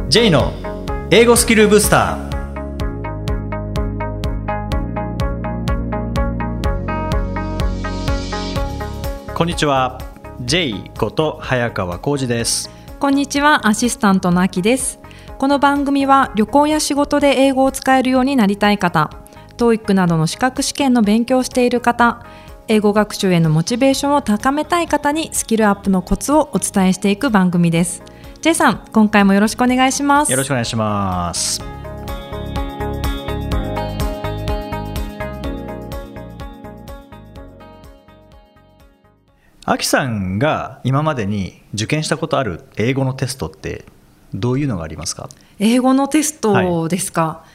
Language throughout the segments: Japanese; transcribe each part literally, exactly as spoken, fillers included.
J の英語スキルブスター。こんにちは、 J こと早川浩二です。 こんにちは、アシスタントのあきです。この番組は旅行や仕事で英語を使えるようになりたい方、 トーイック などの資格試験の勉強をしている方、英語学習へのモチベーションを高めたい方にスキルアップのコツをお伝えしていく番組です。 J さん、今回もよろしくお願いします。 よろしくお願いします。あきさんが今までに受験したことある英語のテストってどういうのがありますか？ 英語のテストですか、はい、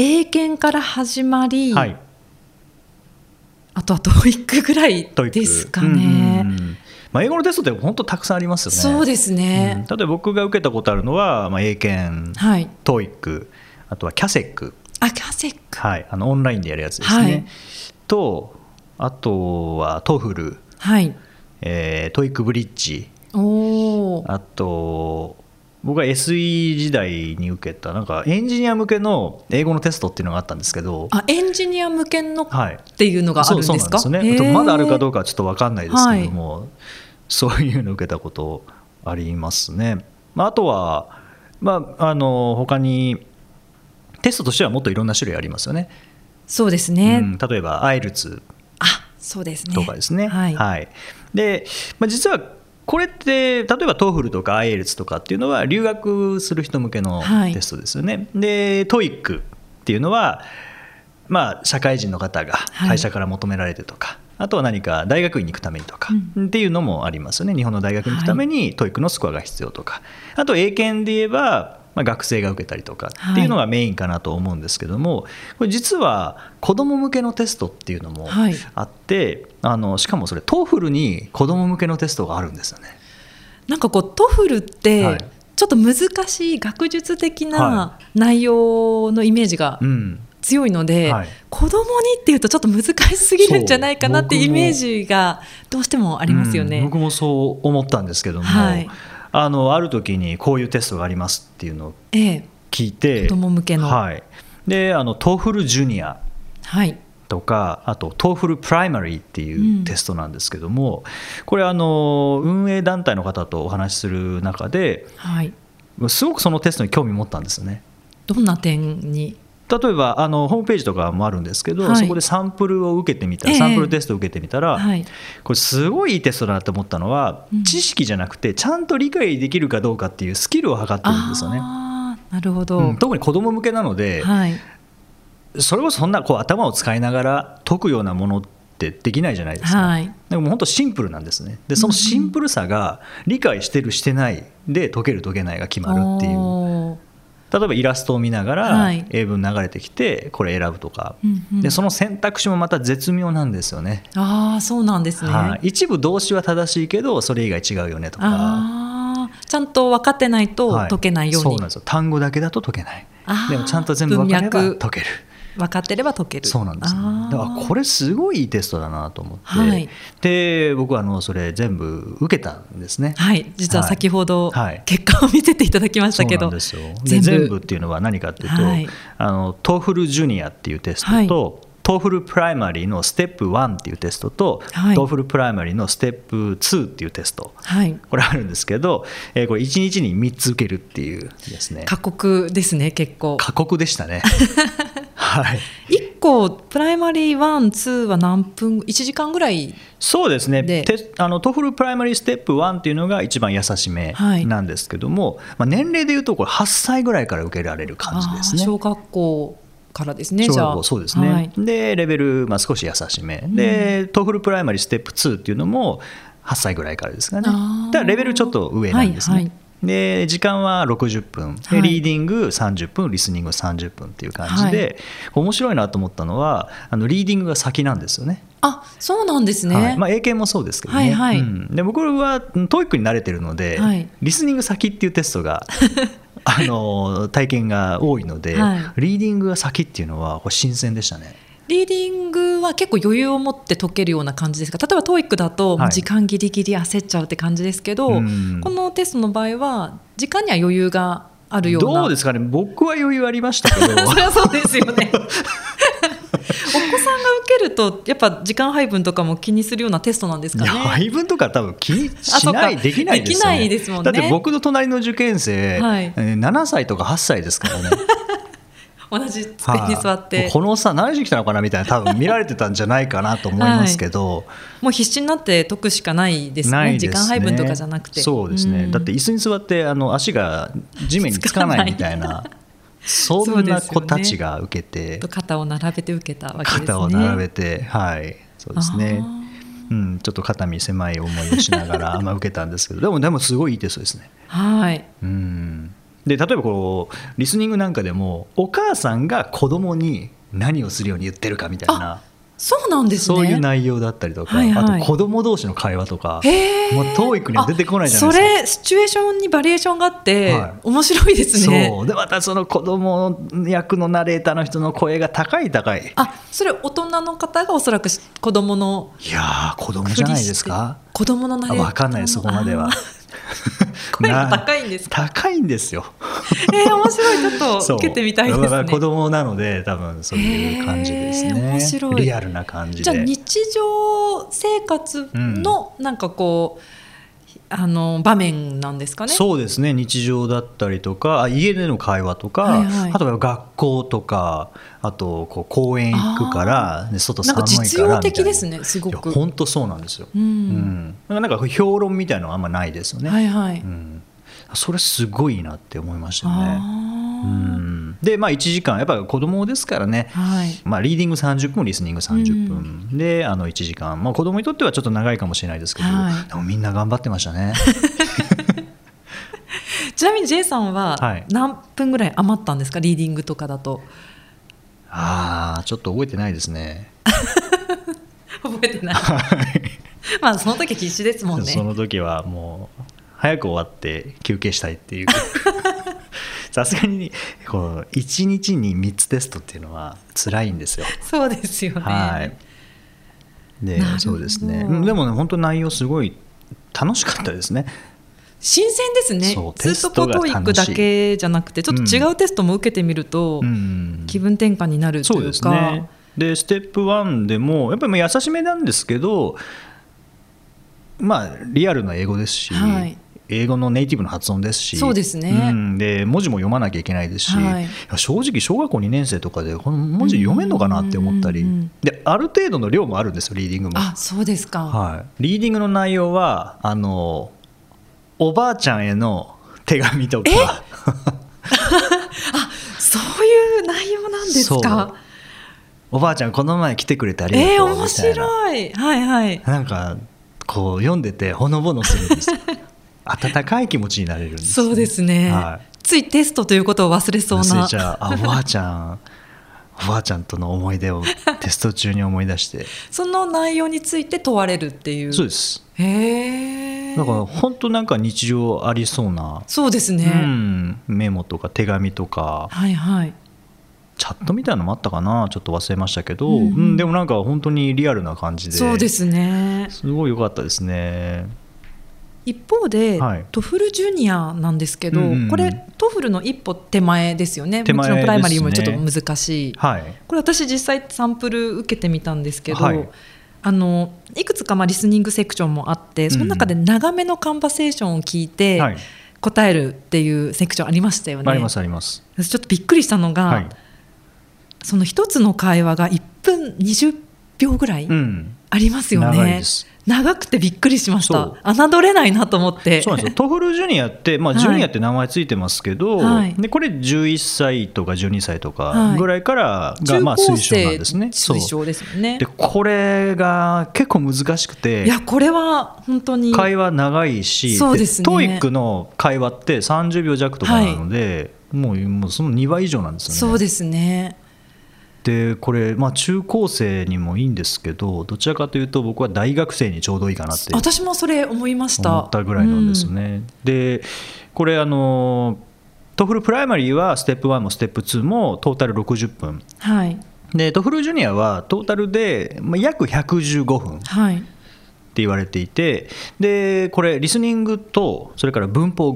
英検から始まり、はい、あとはトーイックぐらいですかね。 うんうん、まあ、英語のテストって本当たくさんありますよね。 そうですね、 うん、例えば僕が受けたことあるのは、まあ、英検、はい、トーイック、あとはキャセック、 あ、キャセック、 はい、あのオンラインでやるやつですね、はい、とあとはトフル、はい、えー、トイックブリッジ、おあと僕は エスイー 時代に受けたなんかエンジニア向けの英語のテストっていうのがあったんですけど、 あ、エンジニア向けのっていうのがあるんですか？はい、そう、そうなんですね。まだあるかどうかはちょっと分かんないですけども、はい、そういうのを受けたことありますね。まあ、あとは、まあ、あの他にテストとしてはもっといろんな種類ありますよね。 そうですね、うん、 例えば アイエルツそうですね、 とかですね、 はいはい、で、まあ、実はこれって例えば トーフル とか アイエルツ とかっていうのは留学する人向けのテストですよね、はい、で トーイック っていうのは、まあ、社会人の方が会社から求められてとか、はい、あとは何か大学院に行くためにとかっていうのもありますよね。日本の大学に行くために トーイック のスコアが必要とか、あと英検で言えばまあ、学生が受けたりとかっていうのがメインかなと思うんですけども、これ実は子ども向けのテストっていうのもあって、はい、あのしかもそれ トーフル に子ども向けのテストがあるんですよね。 なんかこう トーフル ってちょっと難しい学術的な内容のイメージが強いので、はいはい、子どもにっていうとちょっと難しすぎるんじゃないかなってイメージがどうしてもありますよね。 うん、僕もそう思ったんですけども、はい、あのある時にこういうテストがありますっていうのを聞いて、ええ、 子ども向けの、 はい、であの トーフル ジュニアとか、はい、あと トーフル プライマリーっていうテストなんですけども、うん、これあの運営団体の方とお話しする中で、はい、すごくそのテストに興味持ったんですよね。 どんな点に？例えばあのホームページとかもあるんですけど、はい、そこでサンプルを受けてみたら、えー、サンプルテストを受けてみたら、はい、これすごいいいテストだなと思ったのは、うん、知識じゃなくてちゃんと理解できるかどうかっていうスキルを測ってるんですよね。 あ、なるほど、 うん、特に子ども向けなので、はい、それこそそんなこう頭を使いながら解くようなものってできないじゃないですか、はい、でも本当シンプルなんですね。でそのシンプルさが理解してるしてないで解ける解けないが決まるっていう、うん、例えばイラストを見ながら英文流れてきてこれ選ぶとか、うんうん、でその選択肢もまた絶妙なんですよね。 あ、そうなんですね、 はい、一部動詞は正しいけどそれ以外違うよねとか、 あ、ちゃんと分かってないと解けないように、 はい、そうなんですよ。単語だけだと解けない。でもちゃんと全部分かれば解ける。 分かってれば解ける。 そうなんです、ね、だからこれすごいいいテストだなと思って、はい、で僕はあのそれ全部受けたんですね。 はい、実は先ほど結果を見せていただきましたけど、 はいはい、そうなんですよ。で全部っていうのは何かっていうと、はい、あの トーフル ジュニアっていうテストと、はい、トーフル プライマリーのステップワンっていうテストと、はい、トーフル プライマリーのステップツーっていうテスト、はい、これあるんですけど、えー、これいちにちにみっつ受けるっていうですね。 過酷ですね。結構過酷でしたねはい、 いっこプライマリーワン、ツーは何分、いちじかんぐらいで？ そうですね。あのトーフルプライマリーステップワンっていうのが一番優しめなんですけども、はい、まあ、年齢でいうとこれはっさいぐらいから受けられる感じですね。 小学校からですね。 小学校、そうですね、はい、でレベル、まあ、少し優しめで、トーフルプライマリーステップツーっていうのもはっさいぐらいからですかね。だからレベルちょっと上なんですね、はいはい、で時間はろくじゅっぷんで、リーディングさんじゅっぷん、リスニングさんじゅっぷんっていう感じで、はい、面白いなと思ったのはあのリーディングが先なんですよね。 あ、そうなんですね、はい、 まあ、英検もそうですけどね、はいはい、うん、で僕は トーイック に慣れてるので、はい、リスニング先っていうテストがあの体験が多いので、はい、リーディングが先っていうのはこれ新鮮でしたね。 リーディングは結構余裕を持って解けるような感じですか？例えば トーイック だと時間ギリギリ焦っちゃうって感じですけど、はい、このテストの場合は時間には余裕があるような。 どうですかね、僕は余裕ありましたけどそれはそうですよねお子さんが受けるとやっぱ時間配分とかも気にするようなテストなんですかね。 いや配分とか多分気にしないできないですよね。 できないですもんね。 だって僕の隣の受験生、はい、ななさいとかはっさいですからね同じ机に座って、 はあ、このおっさん何しに来たのかなみたいな多分見られてたんじゃないかなと思いますけど、はい、 もう必死になって解くしかないです ね, ないですね。時間配分とかじゃなくて。 そうですね、うん、だって椅子に座ってあの足が地面につかないみたいなそんな子たちが受けて、 ね、肩を並べて受けたわけですね。 肩を並べて、はいそうですね、うん、ちょっと肩身狭い思いをしながらまあ受けたんですけどでもでもすごいいいテストですね。 はい、 うんで例えばこうリスニングなんかでもお母さんが子供に何をするように言ってるかみたいな、 そうなんですね。 そういう内容だったりとか、 はいはい、 あと子供同士の会話とか、もう トーイック には出てこないじゃないですか。 それシチュエーションにバリエーションがあって、はい、面白いですね。 そうでまたその子供役のナレーターの人の声が高い高い。 あそれ大人の方がおそらく子供のいや子供じゃないですか。 子供のナレーター分かんないそこまでは声が高いんですか。 高いんですよえー、面白い。ちょっと受けてみたいですね。 子供なので多分そういう感じですね。 えー、面白い。 リアルな感じで。 じゃあ日常生活のなんかこう、うん、あの場面なんですかね。 そうですね日常だったりとか家での会話とか、はいはい、あとは学校とかあとこう公園行くから、ね、外寒いからみたいな。なんか実用的ですねすごく。本当そうなんですよ、うんうん、なんか評論みたいなのはあんまないですよね、 はいはいうん、それすごいなって思いましたね。うん、でまあいちじかんやっぱり子供ですからね、はいまあ、リーディングさんじゅっぷんリスニングさんじゅっぷん、うん、であのいちじかん、まあ、子供にとってはちょっと長いかもしれないですけど、はい、でもみんな頑張ってましたねちなみに J さんは何分ぐらい余ったんですか、リーディングとかだと。 ああちょっと覚えてないですね覚えてないまあその時必死ですもんね。 その時はもう早く終わって休憩したいっていうさすがにこういちにちにみっつテストっていうのは辛いんですよ。 そうですよね、 はい、でそうですね。でもね本当内容すごい楽しかったですね。 新鮮ですね。ずっとトーイックだけじゃなくてちょっと違うテストも受けてみると気分転換になるというか、うんうん、そうですね。 でステップワンでもやっぱり優しめなんですけど、まあリアルな英語ですし、はい、英語のネイティブの発音ですし、 そうですね、 うん、で文字も読まなきゃいけないですし、はい、正直小学校にねん生とかでこの文字読めるのかなって思ったり、うんうんうん、である程度の量もあるんですよリーディングも。 あそうですか、 はい、リーディングの内容はあのおばあちゃんへの手紙とかあそういう内容なんですか。 おばあちゃんこの前来てくれてありがとうみたいな、 えー、面白い、はいはい、 なんかこう読んでてほのぼのするんです温かい気持ちになれるんです、ね、 そうですね、はい、ついテストということを忘れそうな。 忘れちゃう。あおばあちゃんおばあちゃんとの思い出をテスト中に思い出してその内容について問われるっていう。 そうです。 へー、 だから本当なんか日常ありそうな。 そうですね、 うん、メモとか手紙とか、 はいはい、 チャットみたいなのもあったかなちょっと忘れましたけど、うんうん、でもなんか本当にリアルな感じで。 そうですね、 すごい良かったですね。 一方で、はい、トフルジュニアなんですけど、うんうん、これトフルの一歩手前ですよね。もちろんプライマリーもちょっと難しい、はい、これ私実際サンプル受けてみたんですけど、はい、あのいくつかまあリスニングセクションもあってその中で長めのカンバセーションを聞いて、うん、答えるっていうセクションありましたよね。 ありますあります。 私ちょっとびっくりしたのが、はい、その一つの会話がいっぷんにじゅっぴょうぐらいありますよね、うん、長いです。長くてびっくりしました。侮れないなと思って。 そうなんですよ。トフルジュニアって、まあ、ジュニアって名前ついてますけど、はい、でこれじゅういっさいとかじゅうにさいとかぐらいからが、まあ、推奨なんですね。 推奨ですよね。 でこれが結構難しくて、 いやこれは本当に会話長いし、 そうですね、 トーイックの会話ってさんじゅうびょうじゃくとかなので、はい、もう、もうそのにばい以上なんですよね。 そうですね。 でこれ、まあ、中高生にもいいんですけどどちらかというと僕は大学生にちょうどいいかなって私もそれ思いました。 思ったぐらいなんですよね、うん、でこれあのトフルプライマリーはステップワンもステップツーもトータルろくじゅっぷん、はい、でトフルジュニアはトータルで約ひゃくじゅうごふん、はい、って言われていて、でこれリスニングとそれから文法語彙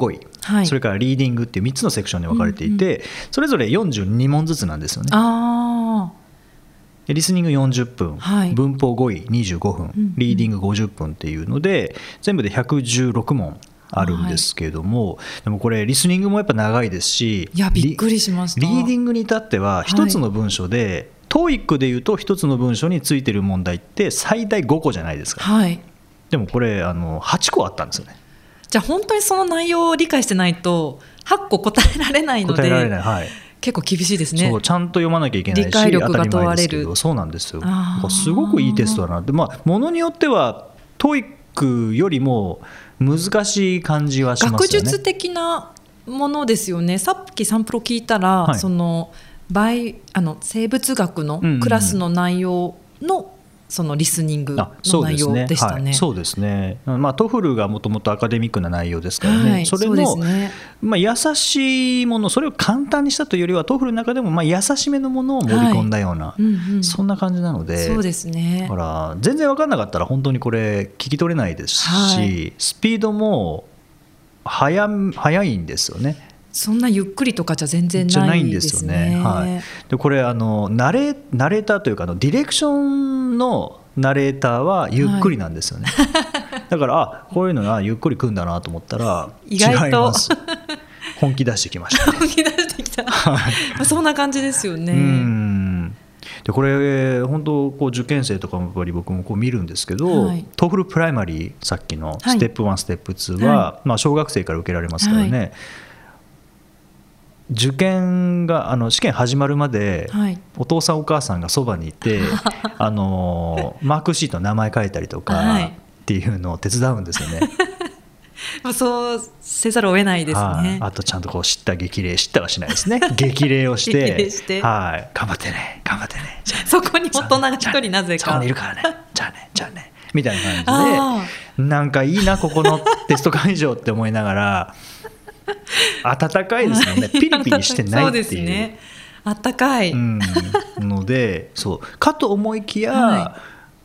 はい、 それからリーディングっていうみっつのセクションに分かれていて、うんうん、それぞれよんじゅうにもんずつなんですよね。 あでリスニングよんじゅっぷん、 はい、 文法語彙にじゅうごふん、うんうん、リーディングごじゅっぷんっていうので全部でひゃくじゅうろくもんあるんですけれども、はい、でもこれリスニングもやっぱ長いですし、 いやびっくりしました。 リーディングに至っては一つの文章で、はい、トーイック でいうと一つの文章についてる問題って最大ごこじゃないですか、 はい、 でもこれあのはちこあったんですよね。 じゃあ本当にその内容を理解してないとはっこ答えられないので、 答えられない、はい、 結構厳しいですね。 そうちゃんと読まなきゃいけないし、 理解力が問われる。 当たり前ですけど、そうなんですよ。すごくいいテストだなって、まあ、ものによっては トーイック よりも難しい感じはしますよね。 学術的なものですよね。さっきサンプル聞いたら、はい、そのバイあの生物学のクラスの内容のそのリスニングの内容でしたね。 そうですね、はい、まあ、トフルがもともとアカデミックな内容ですからね、はい、それの、ね、まあ、優しいもの、それを簡単にしたというよりはトフルの中でもまあ優しめのものを盛り込んだような、はい、うんうん、そんな感じなので、 そうですね、 だから全然分かんなかったら本当にこれ聞き取れないですし、はい、スピードも速、速いんですよね。 そんなゆっくりとかじゃ全然ないんですよね。 はい、でこれあのナレ、ナレーターというかあのディレクションのナレーターはゆっくりなんですよね、はい、だからあこういうのがゆっくりくんだなと思ったら意外と違います本気出してきました、ね、 本気出してきた、はい、そんな感じですよね。うん、 でこれ本当こう受験生とかもやっぱり僕もこう見るんですけど、はい、トーフルプライマリー、さっきのステップワン、はい、ステップツーは、はい、まあ、小学生から受けられますからね、はい、受験があの試験始まるまで、はい、お父さんお母さんがそばにいてあのマークシートの名前書いたりとか、はい、っていうのを手伝うんですよねそうせざるを得ないですね、はい、 あとちゃんとこう叱咤激励、叱咤はしないですね激励をして激励して、 はい、頑張ってね頑張ってね、 そこに大人が一人なぜかそこにいるからね、じゃあねじゃあねみたいな感じで、なんかいいなここのテスト会場って思いながら暖かいですよね、ピリピリしてないっていう、そうですね、 暖かい、 うん、のでそうかと思いきや、はい、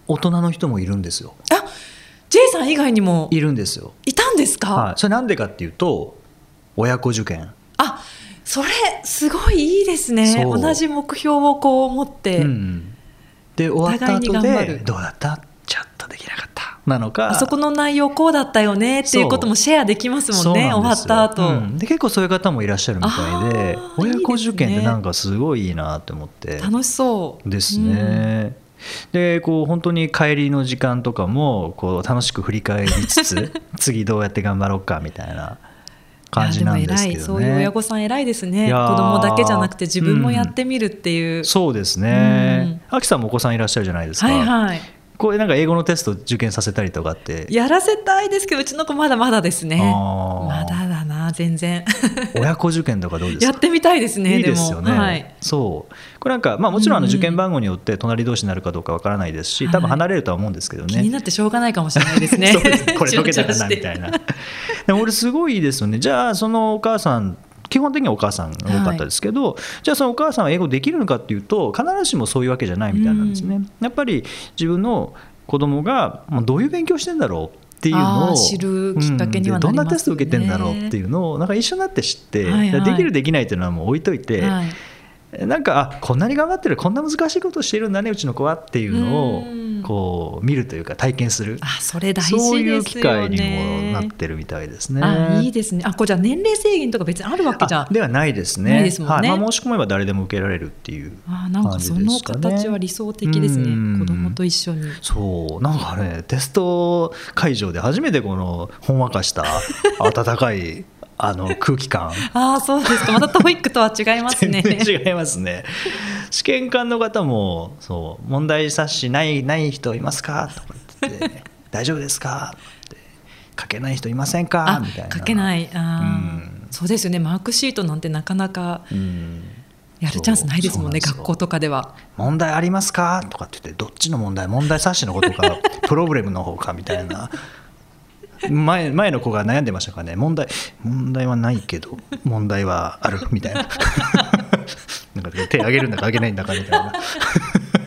大人の人もいるんですよ。 あ、J さん以外にもいるんですよ。 いたんですか。 はい、それなんでかっていうと親子受験。 あ、それすごいいいですね。同じ目標をこう持って、うん、 で終わった後でどうだったちょっとできなかったなのか、 あそこの内容こうだったよねっていうこともシェアできますもんね、終わった後、 うん、で結構そういう方もいらっしゃるみたいで、親子受験ってなんかすごいいいなと思って、 楽しそうですね、うん、でこう本当に帰りの時間とかもこう楽しく振り返りつつ次どうやって頑張ろうかみたいな感じなんですけどね。 そういう親御さん偉いですね。子供だけじゃなくて自分もやってみるっていう、うん、 そうですね。あきさんもお子さんいらっしゃるじゃないですか。 はいはい、 こうなんか英語のテスト受験させたりとかってやらせたいですけど、うちの子まだまだですね。まだだな全然親子受験とかどうですか。 やってみたいですね。 いいですよね。 でも、はい、 そうこれなんか、まあ、もちろんあの受験番号によって隣同士になるかどうかわからないですし、多分離れるとは思うんですけどね、 気になってしょうがないかもしれないですねそうですこれ解けたかなみたいなでも俺すごいいいですよね。じゃあそのお母さん、基本的にはお母さんが多かったですけど、はい、じゃあそのお母さんは英語できるのかっていうと必ずしもそういうわけじゃないみたいなんですね、うん、やっぱり自分の子供がどういう勉強してんだろうっていうのを知るきっかけにはなりますね、うん、どんなテスト受けてんだろうっていうのをなんか一緒になって知って、はいはい、できるできないっていうのはもう置いといて、はい、なんかあこんなに頑張ってる、こんな難しいことをしているんだねうちの子はっていうのをこう見るというか体験する、 あそれ大事ですよね。そういう機会にもなってるみたいですね。 あいいですね。あこれじゃあ年齢制限とか別にあるわけじゃではないですね。 ないですもんね。 はい、まあ、申し込めば誰でも受けられるっていう感じですかね。あなんかその形は理想的ですね。子供と一緒に。 そうなんかねテスト会場で初めてこのほんわかした温かいあの空気感ああそうですか。またトーイックとは違いますね。 全然違いますね。試験官の方もそう問題冊子ないない人いますかとか言ってて大丈夫ですかって書けない人いませんかみたいな。 書けないあ、うん、そうですよね。マークシートなんてなかなかやるチャンスないですもんね。学校とかでは問題ありますかとかって言ってどっちの問題問題冊子のことかプロブレムの方かみたいな前, 前の子が悩んでましたからね。問題問題はないけど問題はあるみたいななんか手挙げるんだか挙げないんだかみたいなそう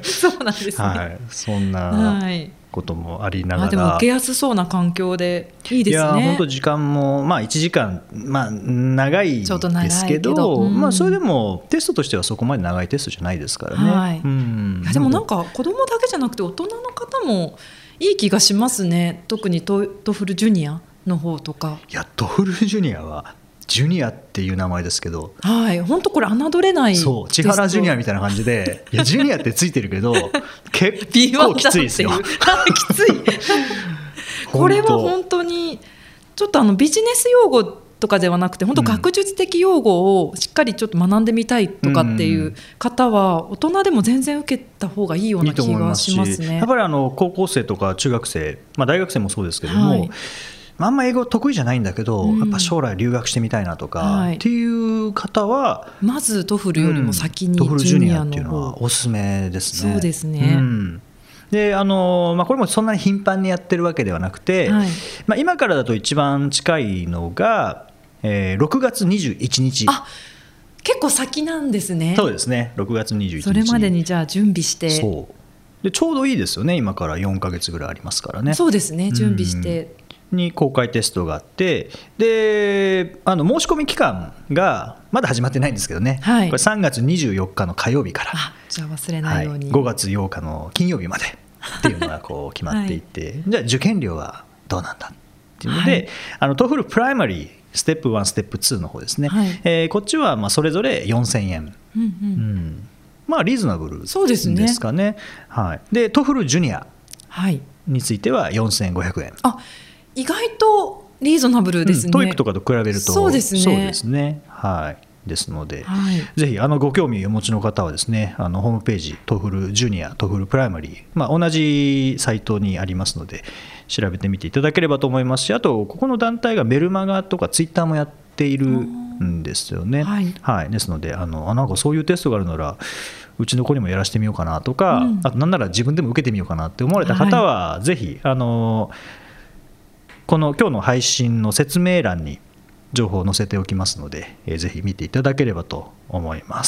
そうなんですね、 はい、そんなこともありながら、 あでも受けやすそうな環境でいいですね。 いや本当時間も、まあ、いちじかん、まあ、長いですけど、 ちょっと長いけど、うんまあ、それでもテストとしてはそこまで長いテストじゃないですからね、 はいうん、 いやでもなんか子供だけじゃなくて大人の方もいい気がしますね。特にトトフルジュニアの方とか。 いやトフルジュニアはジュニアっていう名前ですけど、 はい本当これ侮れない。 そう千原ジュニアみたいな感じでいやジュニアってついてるけど結構きついですよきついこれは本当にちょっとあのビジネス用語とかではなくて本当学術的用語をしっかりちょっと学んでみたいとかっていう方は大人でも全然受けた方がいいような気がしますね。 やっぱりあの高校生とか中学生、まあ、大学生もそうですけども、はいあんま英語得意じゃないんだけど、うん、やっぱ将来留学してみたいなとか、はい、っていう方はまずトフルよりも先に、 うん、トフルジュニアっていうのはおすすめですね。 そうですね、 うんであのまあ、これもそんなに頻繁にやってるわけではなくて、はいまあ、今からだと一番近いのが、えー、ろくがつにじゅういちにち。 あ結構先なんですね。 そうですねろくがつにじゅういちにちそれまでにじゃあ準備してそうでちょうどいいですよね。今からよんかげつぐらいありますからね。 そうですね準備してに公開テストがあってであの申し込み期間がまだ始まってないんですけどね、はい、これさんがつにじゅうよっかの火曜日からあじゃあ忘れないように、 はい、ごがつようかの金曜日までっていうのがこう決まっていて、はい、じゃあ受験料はどうなんだっていうので、はい、あのトフルプライマリーステップワンステップツーの方ですね、はいえー、こっちはまあそれぞれよんせんえん、うんうんうんまあ、リーズナブルですか ね, そうですね、 はい、でトフルジュニアについてはよんせんごひゃくえん、 あ意外とリーズナブルですね。 トイックとかと比べるとそうですね。 そうですね、はい、ですので、はい、ぜひあのご興味をお持ちの方はですねあのホームページトフルジュニアトフルプライマリー、まあ、同じサイトにありますので調べてみていただければと思いますし、あとここの団体がメルマガとかツイッターもやっているんですよね、はいはい、ですのであのあなんかそういうテストがあるならうちの子にもやらせてみようかなとか、うん、あとなんなら自分でも受けてみようかなって思われた方は、はい、ぜひあのこの今日の配信の説明欄に情報を載せておきますので、えー、ぜひ見ていただければと思います、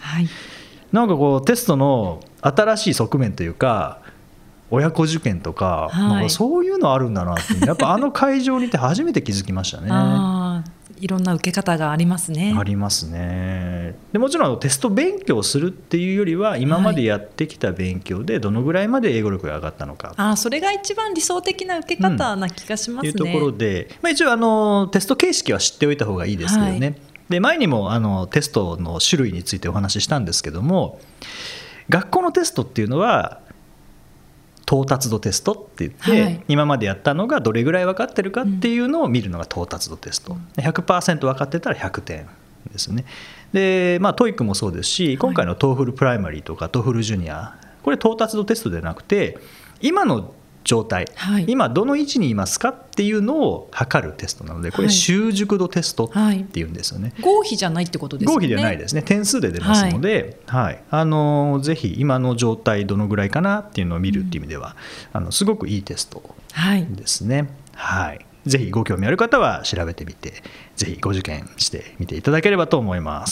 はい、なんかこうテストの新しい側面というか親子受験とか、はい、なんかそういうのあるんだなってやっぱあの会場にいて初めて気づきましたねあいろんな受け方がありますね。 ありますね。でもちろんテスト勉強するっていうよりは今までやってきた勉強でどのぐらいまで英語力が上がったのか、 はい、あそれが一番理想的な受け方な気がしますね、 うん、というところで、まあ、一応あのテスト形式は知っておいた方がいいですけどね、はい、で前にもあのテストの種類についてお話ししたんですけども、学校のテストっていうのは到達度テストって言って、はい、今までやったのがどれぐらい分かってるかっていうのを見るのが到達度テスト、うん、ひゃくパーセント 分かってたらひゃくてんですね。で、まあ、トイック もそうですし、今回のトーフルプライマリーとかトーフルジュニア、これ到達度テストではなくて今の状態、はい、今どの位置にいますかっていうのを測るテストなので、これ習熟度テストっていうんですよね、 はい、合否じゃないってことですよね。 合否ではないですね。点数で出ますので、はいはい、あのぜひ今の状態どのぐらいかなっていうのを見るっていう意味では、うん、あのすごくいいテストですね、はいはい、ぜひご興味ある方は調べてみてぜひご受験してみていただければと思います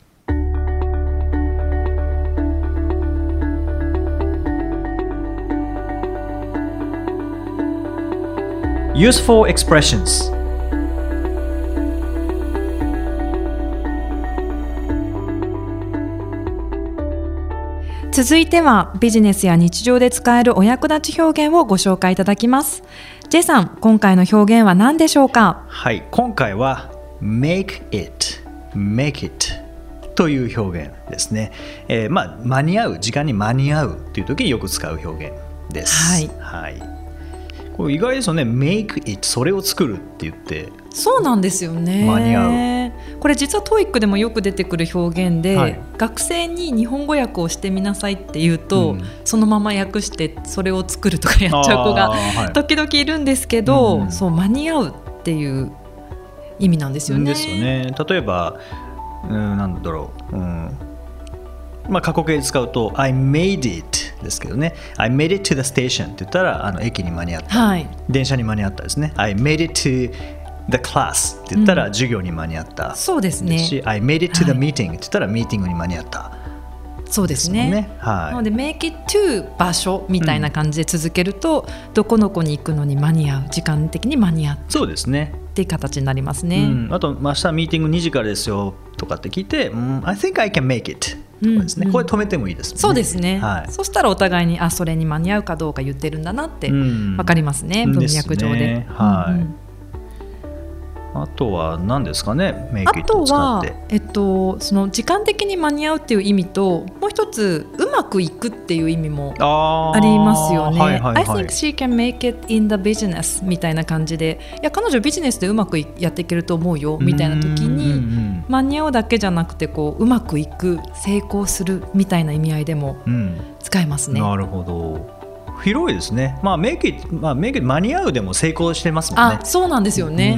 。Useful expressions。 続いてはビジネスや日常で使えるお役立ち表現をご紹介いただきます。 J さん、今回の表現は何でしょうか？ はい、今回は make it make it という表現ですね、えーまあ、間に合う時間に間に合うという時によく使う表現です。はい、はいこれ意外ですよね。 make it それを作るって言ってそうなんですよね。 間に合う。これ実は トーイック でもよく出てくる表現で、はい、学生に日本語訳をしてみなさいって言うと、うん、そのまま訳してそれを作るとかやっちゃう子が時々いるんですけど、はい、そう間に合うっていう意味なんですよね。 ですよね。例えば、うん、なんだろう、うんまあ、過去形で使うと I made it ですけどね、 I made it to the station って言ったらあの駅に間に合った、はい、電車に間に合ったですね。 I made it to the class って言ったら授業に間に合った、うん、 そうですね。 I made it to the meeting、はい、って言ったらミーティングに間に合った。 そうですね、 はい、 なので make it to 場所みたいな感じで続けると、うん、どこの子に行くのに間に合う、時間的に間に合う、 そうですねっていう形になりますね、 うん、あと明日ミーティングにじからですよとかって聞いて、うん、I think I can make it とかですね、うんうん、これ止めてもいいですね。 そうですね、 はい、 そしたらお互いにあそれに間に合うかどうか言ってるんだなって分かりますね、うん、文脈上で、 ね、はい、うんうん、あとは何ですかね、メイクイットを使って。あとは、 えっと、その時間的に間に合うっていう意味と、もう一つうまくいくっていう意味もありますよね。 はいはいはい、 I think she can make it in the business みたいな感じで、いや彼女ビジネスでうまくやっていけると思うよみたいな時に、間に合うだけじゃなくてこう、うまくいく、成功するみたいな意味合いでも使えますね、 うん、なるほど、広いですね。まあ、メイクイット、まあ、メイクイット間に合うでも成功してますもんね。 あ、そうなんですよね、うん、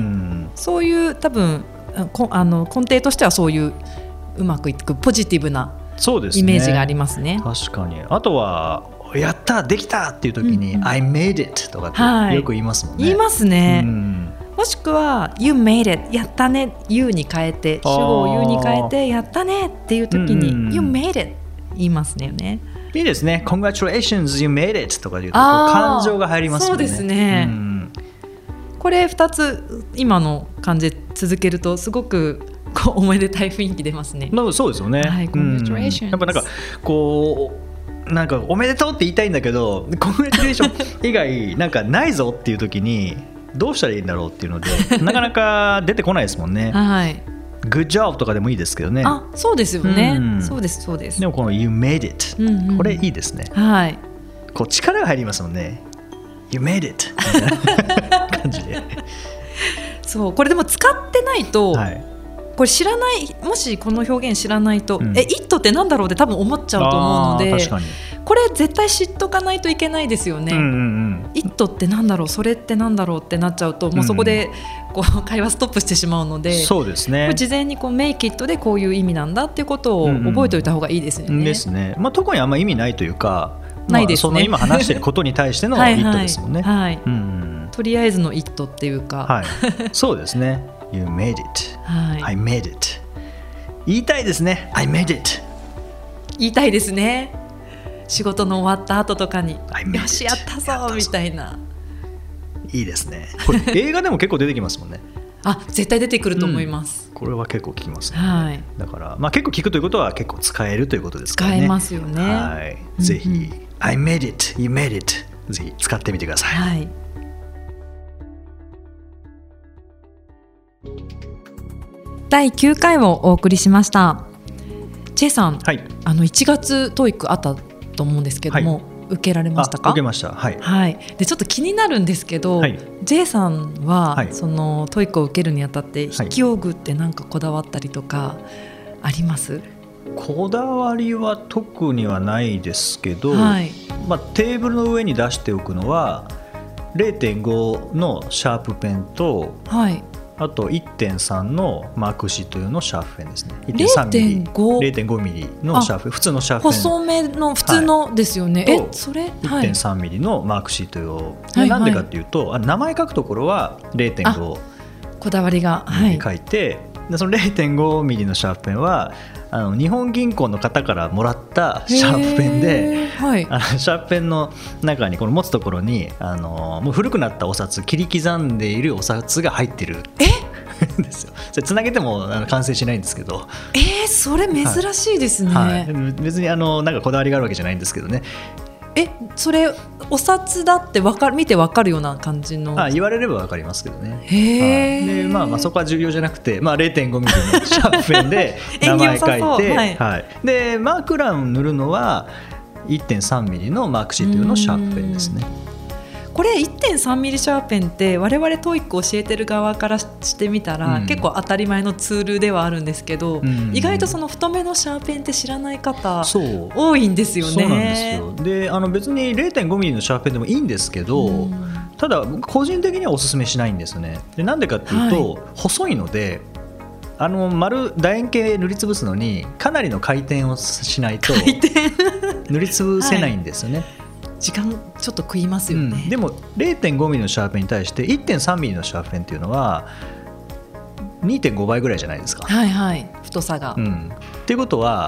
そういう多分こあの根底としてはそういううまくいくポジティブなイメージがありますね。 確かに。あとはやったできたっていう時に、うん、I made it とかってよく言いますもんね、 はい、言いますね、うん、もしくは You made it やったね You に変えて、主語を You に変えてやったねっていう時に、うん、You made it 言いますねよね。 いいですね。 Congratulations you made it とか言うと感情が入りますよね。 そうですね、うん、これふたつ今の感じで続けるとすごくこうおめでたい雰囲気出ますね。 そうですよね、 はい、Congratulations、うん、 やっぱなんかこうなんかおめでとうって言いたいんだけど Congratulations 以外なんかないぞっていう時にどうしたらいいんだろうっていうのでなかなか出てこないですもんね。 はい、 Good job とかでもいいですけどね。 あ、そうですよね、うん、そうですそうです。 でもこの You made it、うんうん、これいいですね。 はい、 こう力が入りますもんね。You made it みたいな感じでそう、これでも使ってないと、はい、これ知らない、もしこの表現知らないと、うん、え、イットってなんだろうって多分思っちゃうと思うので、 確かにこれ絶対知っとかないといけないですよね、うんうんうん、イットってなんだろう、それってなんだろうってなっちゃうと、もうそこでこう会話ストップしてしまうので、 そうですね、 これ事前にこうメイキットでこういう意味なんだっていうことを覚えておいた方がいいですよね、 うんうん、ですね、まあ、特にあんま意味ないというか、ないですね、まあ、その今話していることに対してのイットですもんね。はいはい、はい、うん、 とりあえずのイットっていうか、 はい、そうですねYou made it、はい、I made it 言いたいですね。 I made it 言いたいですね。仕事の終わった後とかによしやったぞみたいな、 いいですね。これ映画でも結構出てきますもんね。 あ、絶対出てくると思います、 うん、これは結構聞きますね、 はい、 だから、まあ、結構聞くということは結構使えるということですからね。 使えますよね、 はい、うん、ぜひ I made it, you made it ぜひ使ってみてください、 はい、だいきゅうかいをお送りしました。Jさん、はい、あのいちがつトーイックあったと思うんですけども、はい、受けられましたか？ 受けました、はいはい、でちょっと気になるんですけど、はい、J さんは、はい、そのトーイックを受けるにあたって筆記用具って何かこだわったりとかあります？ こだわりは特にはないですけど、はい、まあ、テーブルの上に出しておくのは れいてんご のシャープペンと、はい、あと いってんさん のマーク紙というのシャープペンですね。 いってんさん ミリ れいてんご ミリのシャープペン、普通のシャープペン、 細めの普通のですよね、はい、えそれ、はい、 いってんさん ミリのマーク紙という、はい、なんでかというと、あ、名前書くところは れいてんごこだわりが、 はい、書いて、でその れいてんご ミリのシャープペンはあの日本銀行の方からもらったシャープペンで、はい、あのシャープペンの中にこの持つところにあのもう古くなったお札、切り刻んでいるお札が入ってるんですよ。それつなげてもあの完成しないんですけど、 えー、それ珍しいですね、はいはい、 別にあのなんかこだわりがあるわけじゃないんですけどね。 えそれお札だってわかる見て分かるような感じの、 あ言われれば分かりますけどね。 へー、 で、まあ、まあそこは重要じゃなくて、まあ、れいてんご ミリのシャープペンで名前書いて、はいはい、でマーク欄塗るのは いってんさん ミリのマーク紙というのシャープペンですね。 これ いってんさん ミリシャーペンって我々トーイック教えてる側からしてみたら、うん、結構当たり前のツールではあるんですけど、うん、意外とその太めのシャーペンって知らない方多いんですよね。 そうなんですよ。であの別に れいてんご ミリのシャーペンでもいいんですけど、うん、ただ個人的にはおすすめしないんですよね。でなんでかっていうと、はい、細いのであの丸楕円形塗りつぶすのにかなりの回転をしないと塗りつぶせないんですよね、はい、 時間ちょっと食いますよね、 うん、でも れいてんご ミリのシャーペンに対して いってんさん ミリのシャーペンっていうのは にてんご 倍ぐらいじゃないですか。 はいはい、太さが、 うん、っていうことは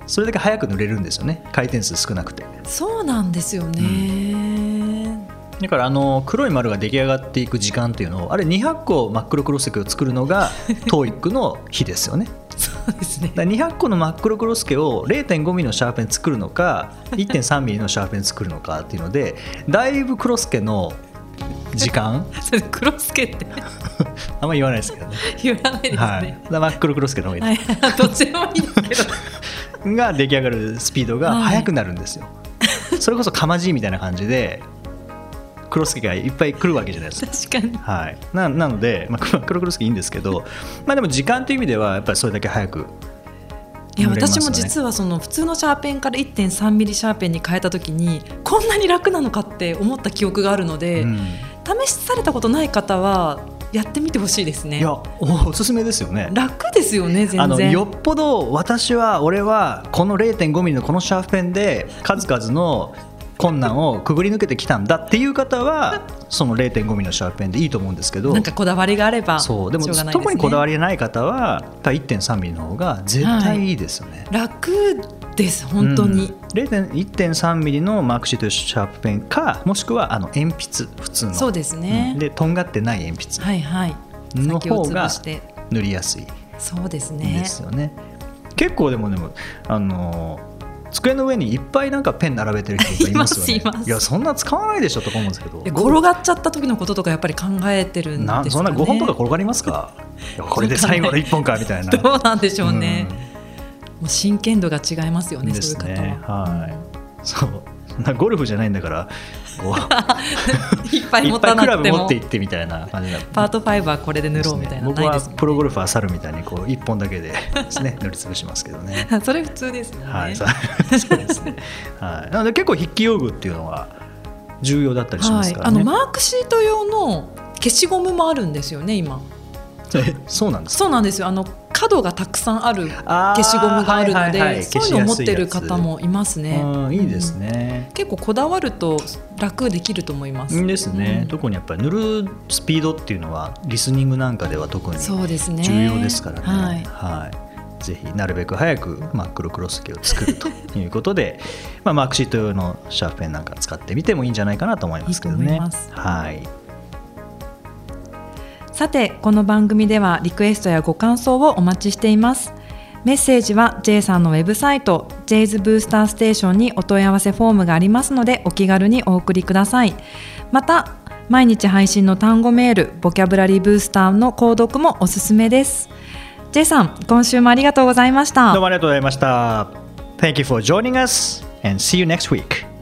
それだけ早く塗れるんですよね、回転数少なくて。 そうなんですよね、うん、 だからあの黒い丸が出来上がっていく時間っていうのをあれにひゃっこ真っ黒クロスケを作るのがトーイックの日ですよね。 そうですね。 だからにひゃっこの真っ黒クロスケを れいてんごミリのシャーペン作るのか いってんさんミリのシャーペン作るのかっていうのでだいぶクロスケの時間それクロスケってあんまり言わないですけどね。 言わないですね、 はい、だ真っ黒クロスケの方がいいです、 はい、どっちでもいいですけどが出来上がるスピードが速くなるんですよ、はい、それこそかまじいみたいな感じでクロスケがいっぱい来るわけじゃないですか。 確かに、 はい、な, なので、まあ、黒クロスケいいんですけど、まあ、でも時間という意味ではやっぱりそれだけ早く、 いや私も実はその普通のシャーペンから いってんさんミリシャーペンに変えた時にこんなに楽なのかって思った記憶があるので、うん、試されたことない方はやってみてほしいですね。 いや お, おすすめですよね。 楽ですよね。全然あのよっぽど私は俺はこの れいてんごミリのこのシャーペンで数々の困難をくぐり抜けてきたんだっていう方はその れいてんごミリのシャーペンでいいと思うんですけど、 なんかこだわりがあればそうでも特にこだわりがない方は いってんさんミリの方が絶対いいですよね、 はい、楽です本当に、 うん、いってんさんミリのマークシートシャープペンかもしくはあの鉛筆普通のそうですね、 うん、でとんがってない鉛筆の方が塗りやすいそうですねですよね。結構でもでもあの机の上にいっぱいなんかペン並べてる人がいますよね。 いますいます。 いやそんな使わないでしょとか思うんですけど、 転がっちゃった時のこととかやっぱり考えてるんですかね。 そんなごほんとか転がりますかいやこれで最後のいっぽんかみたいなどうなんでしょうね、うん、もう真剣度が違いますよね。 ですね、 そういう方は、 はい、そうゴルフじゃないんだからこういっぱい持たなくてもいっぱいクラブ持って行ってみたいな感じだパートファイブはこれで塗ろうみたいな、 ね、僕はプロゴルファー猿みたいにこういっぽんだけでです、ね、塗りつぶしますけどねそれ普通ですよね、 はい、そうですね、はい、なので結構筆記用具っていうのは重要だったりしますからね、 はい、あのマークシート用の消しゴムもあるんですよね今。 えそうなんですか。 そうなんですよ。あの角がたくさんある消しゴムがあるので、はいはいはい、そういうのを持ってる方もいますね。 うん、いいですね、 うん、結構こだわると楽できると思います。 いいですね、うん、特にやっぱり塗るスピードっていうのはリスニングなんかでは特に重要ですからね。はいはい、ぜひなるべく早く真っ黒クロスケを作るということでまあマークシート用のシャープペンなんか使ってみてもいいんじゃないかなと思いますけどね。いいと思います。はい。 さてこの番組ではリクエストやご感想をお待ちしています。メッセージは J さんのウェブサイト ジェイズ ブースターステーションにお問い合わせフォームがありますのでお気軽にお送りください。また毎日配信の単語メールボキャブラリーブースターの購読もおすすめです。 J さん今週もありがとうございました。 どうもありがとうございました。 Thank you for joining us and see you next week.